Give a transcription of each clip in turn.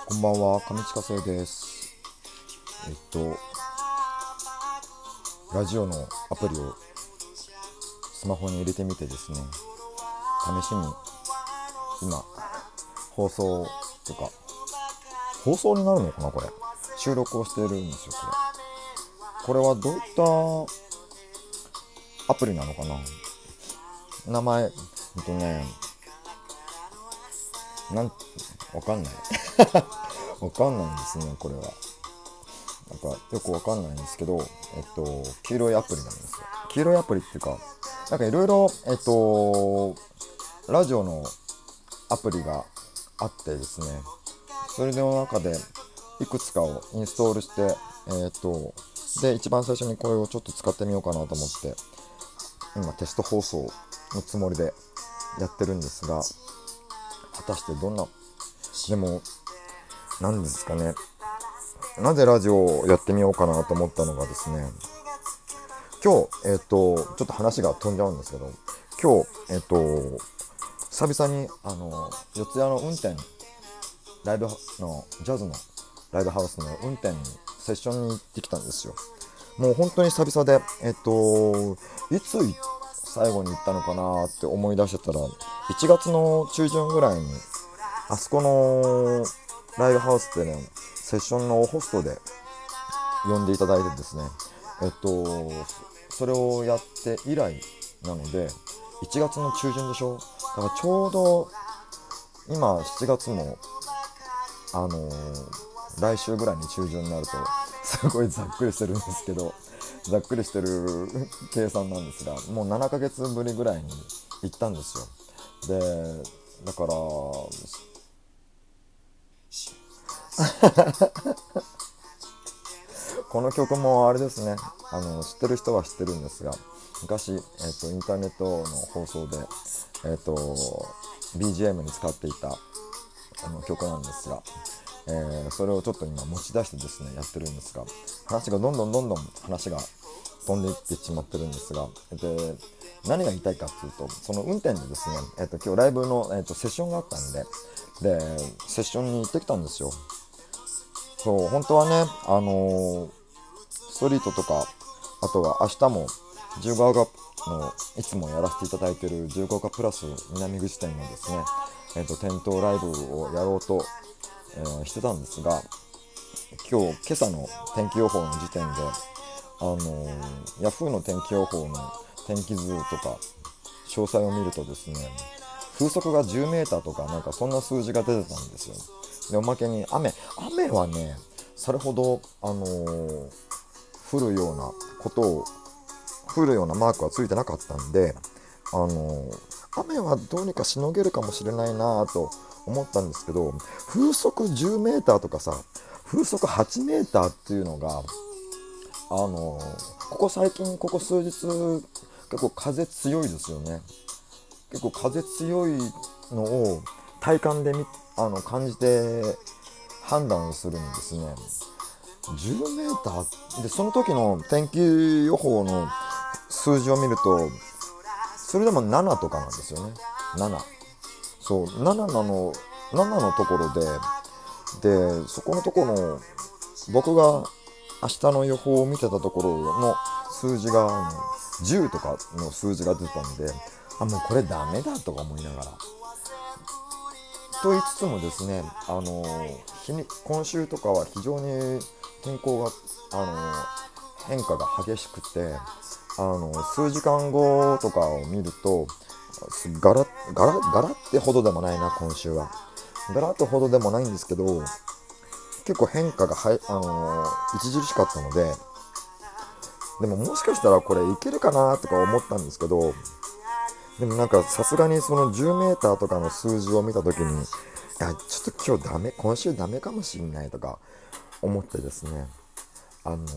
こんばんは、上地下生です。えっと、ラジオのアプリをスマホに入れてみてですね、試しに今、放送とか、放送になるのかなこれ。収録をしているんですよ、これ。これはどういったアプリなのかな。名前、なん、わかんない。わかんないんですね、これは。なんかよくわかんないんですけど、黄色いアプリなんですよ。黄色いアプリっていうか、なんかいろいろ、ラジオのアプリがあってですね、それの中でいくつかをインストールして、で、一番最初にこれをちょっと使ってみようかなと思って、今テスト放送のつもりでやってるんですが、果たしてどんな、でも、なんですかね、なぜラジオをやってみようかなと思ったのがですね、今日、ちょっと話が飛んじゃうんですけど、今日、久々に、四谷の運転、ライブの、ジャズのライブハウスの運転に、セッションに行ってきたんですよ。もう本当に久々で、いつ最後に行ったのかなって思い出してたら、1月の中旬ぐらいに、あそこのライブハウスでね、セッションのホストで呼んでいただいてですね、それをやって以来なので、1月の中旬でしょ。だからちょうど今7月も、来週ぐらいに中旬になると、すごいざっくりしてるんですけど、ざっくりしてる計算なんですが、もう7ヶ月ぶりぐらいに行ったんですよ。で、だから、この曲もあれですね、知ってる人は知ってるんですが、昔、インターネットの放送で、BGM に使っていた曲なんですが、それをちょっと今持ち出してですねやってるんですが、話がどんどん話が飛んでいってしまってるんですが、で何が言いたいかっていうと、その運転でですね、今日ライブの、セッションがあったんで、セッションに行ってきたんですよ。そう本当はね、ストリートとか、あとは明日も自由が丘のいつもやらせていただいている自由が丘プラス南口店のですね、店頭ライブをやろうと、してたんですが、今朝の天気予報の時点で、ヤフーの天気予報の天気図とか詳細を見るとですね、風速が10メーターとかなんかそんな数字が出てたんですよ。でおまけに雨はね、それほど、降るようなことを降るようなマークはついてなかったんで、雨はどうにかしのげるかもしれないなと思ったんですけど、風速10メーターとかさ、風速8メーターっていうのが、ここ最近、ここ数日、結構風強いですよね。結構風強いのを体感で感じて判断するんですね。10メーターで、その時の天気予報の数字を見ると、それでも7とかなんですよね。7。そう、7のところで、そこのところの、僕が明日の予報を見てたところの数字が10とかの数字が出てたんで、もうこれダメだとか思いながら。と言いつつもですね、今週とかは非常に天候が、変化が激しくて、数時間後とかを見ると、ガラってほどでもないな、今週は。ガラッとほどでもないんですけど、結構変化が著しかったので、でももしかしたらこれいけるかなとか思ったんですけど、でもなんかさすがにその10メーターとかの数字を見た時に、いや、ちょっと今日ダメ、今週ダメかもしんないとか思ってですね、あの、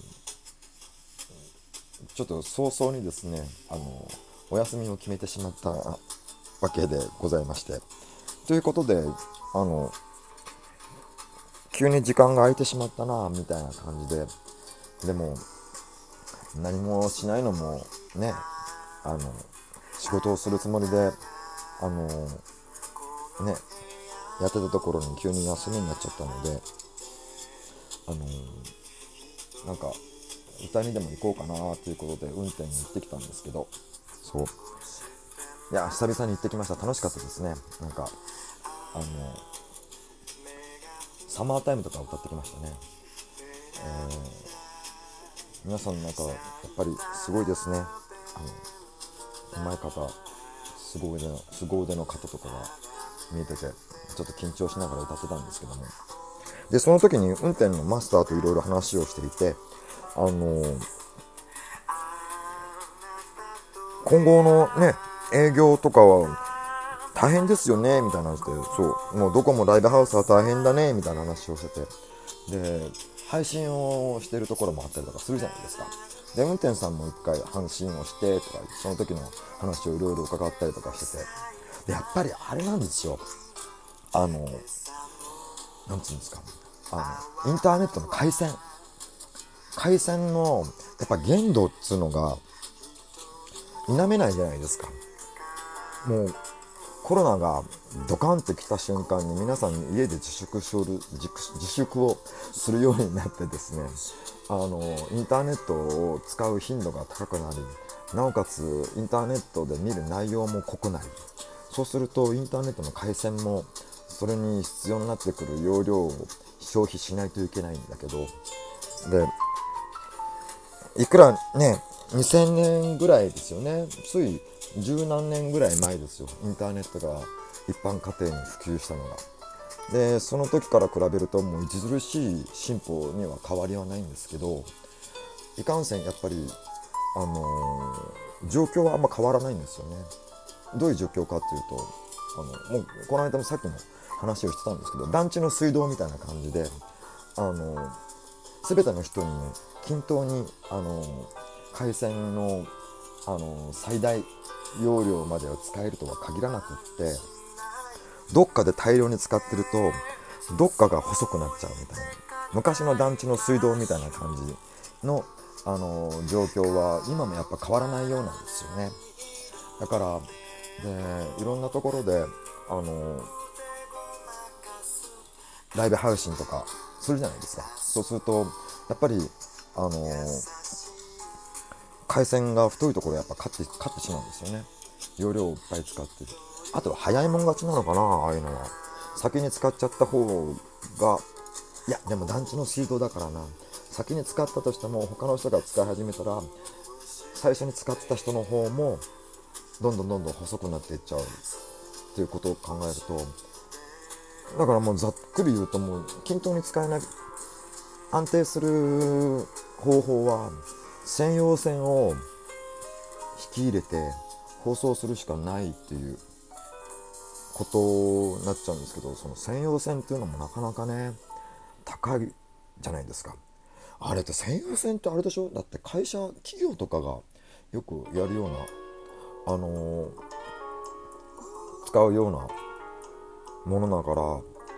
ちょっと早々にですね、お休みを決めてしまったわけでございまして。ということで、急に時間が空いてしまったな、みたいな感じで、でも、何もしないのもね、仕事をするつもりで、ね、 やってたところに急に休みになっちゃったので、なんか歌にでも行こうかなということで運転に行ってきたんですけど、そういや久々に行ってきました。楽しかったですね。なんかサマータイムとか歌ってきましたね。皆さんなんかやっぱりすごいですね。上手い方、凄腕の方とかが見えてて、ちょっと緊張しながら歌ってたんですけども、でその時に運転のマスターといろいろ話をしていて、今後のね営業とかは大変ですよねみたいな話で、そうもうどこもライブハウスは大変だねみたいな話をしてて、で配信をしてるところもあったりとかするじゃないですか。で運転さんも一回配信をしてとか、その時の話をいろいろ伺ったりとかしてて、でやっぱりあれなんですよ、なんていうんですか、インターネットの回線のやっぱ限度っつうのが否めないじゃないですか。もうコロナがドカンってきた瞬間に皆さん家で自粛をするようになってですね、インターネットを使う頻度が高くなり、なおかつインターネットで見る内容も濃くなり、そうするとインターネットの回線もそれに必要になってくる容量を消費しないといけないんだけど、でいくらね2000年ぐらいですよね、つい十何年ぐらい前ですよ、インターネットが一般家庭に普及したのが。でその時から比べるともう著しい進歩には変わりはないんですけど、いかんせんやっぱり状況はあんま変わらないんですよね。どういう状況かっていうと、もうこの間もさっきも話をしてたんですけど、団地の水道みたいな感じで全ての人に均等に回線の最大容量までは使えるとは限らなくって、どっかで大量に使ってるとどっかが細くなっちゃうみたいな、昔の団地の水道みたいな感じの、状況は今もやっぱ変わらないようなんですよね。だからでいろんなところでライブ配信とかするじゃないですか。そうするとやっぱり回線が太いところやっぱ勝ってしまうんですよね。容量をいっぱい使って、あとは早いもん勝ちなのかな、ああいうのは。先に使っちゃった方が、いやでも団地の水道だからな、先に使ったとしても他の人が使い始めたら最初に使ってた人の方もどんどん細くなっていっちゃうっていうことを考えると、だからもうざっくり言うと、もう均等に使えない、安定する方法は専用線を引き入れて放送するしかないっていうことになっちゃうんですけど、その専用線っていうのもなかなかね高いじゃないですか。あれって専用線ってあれでしょ、だって企業とかがよくやるような使うようなものだから、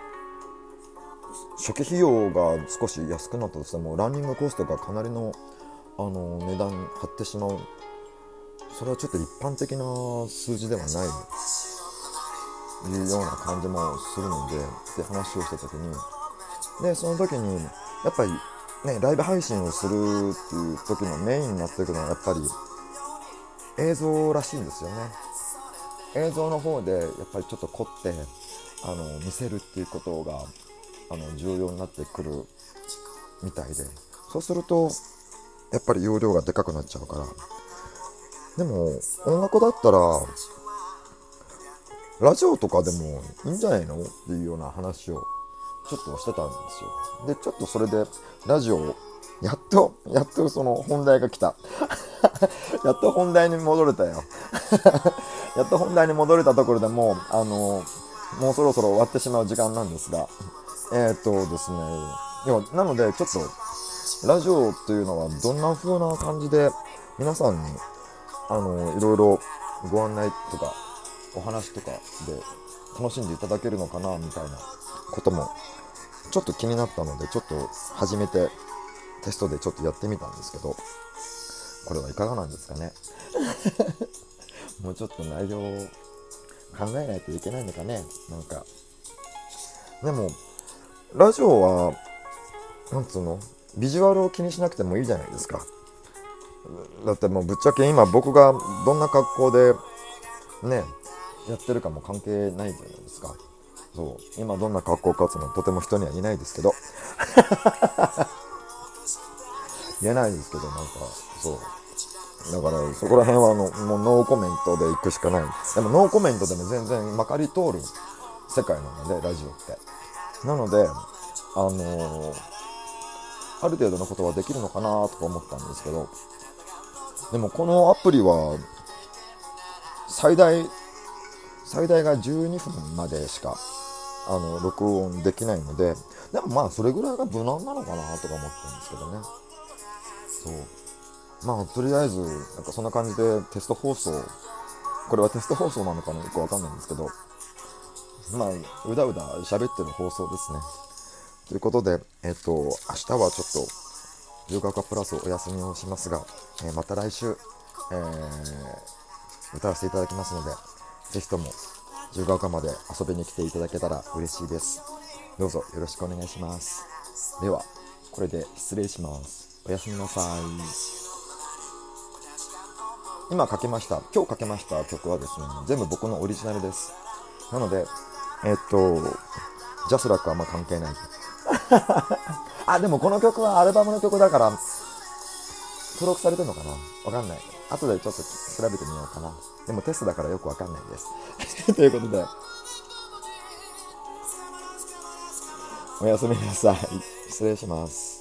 初期費用が少し安くなったとしてもランニングコストがかなりの値段張ってしまう。それはちょっと一般的な数字ではないいうような感じもするので、って話をした時に、でその時にやっぱりねライブ配信をするっていう時のメインになっていくのはやっぱり映像らしいんですよね。映像の方でやっぱりちょっと凝って見せるっていうことが重要になってくるみたいで、そうするとやっぱり容量がでかくなっちゃうから。でも音楽だったらラジオとかでもいいんじゃないのっていうような話をちょっとしてたんですよ。でちょっとそれでラジオをやっとその本題が来たやっと本題に戻れたよやっと本題に戻れたところでもうもうそろそろ終わってしまう時間なんですが、ですね、なのでちょっとラジオというのはどんな風な感じで皆さんにいろいろご案内とかお話とかで楽しんでいただけるのかなみたいなこともちょっと気になったので、ちょっと初めてテストでちょっとやってみたんですけど、これはいかがなんですかねもうちょっと内容を考えないといけないのかね。なんかでもラジオはなんつうの、ビジュアルを気にしなくてもいいじゃないですか。だってもうぶっちゃけ今僕がどんな格好でねやってるかも関係ないじゃないですか。そう今どんな格好かつのとても人には言えないですけど言えないですけど、なんかそうだからそこら辺はもうノーコメントで行くしかない。でもノーコメントでも全然まかり通る世界なのでラジオって。なのである程度のことはできるのかなとか思ったんですけど、でもこのアプリは最大が12分までしか録音できないので、でもまあそれぐらいが無難なのかなとか思ったんですけどね。そうまあとりあえずなんかそんな感じでテスト放送、これはテスト放送なのかなよくわかんないんですけど、まあうだうだ喋ってる放送ですね。ということで明日はちょっとヨガ科プラスお休みをしますが、また来週、歌わせていただきますので、ぜひとも自由が丘まで遊びに来ていただけたら嬉しいです。どうぞよろしくお願いします。ではこれで失礼します。おやすみなさい。今かけました今日かけました曲はですね、全部僕のオリジナルです。なのでジャスラックはあんま関係ないあ、でもこの曲はアルバムの曲だから登録されてるのかな、わかんない。後でちょっと調べてみようかな。でもテストだからよくわかんないですということでおやすみなさい。失礼します。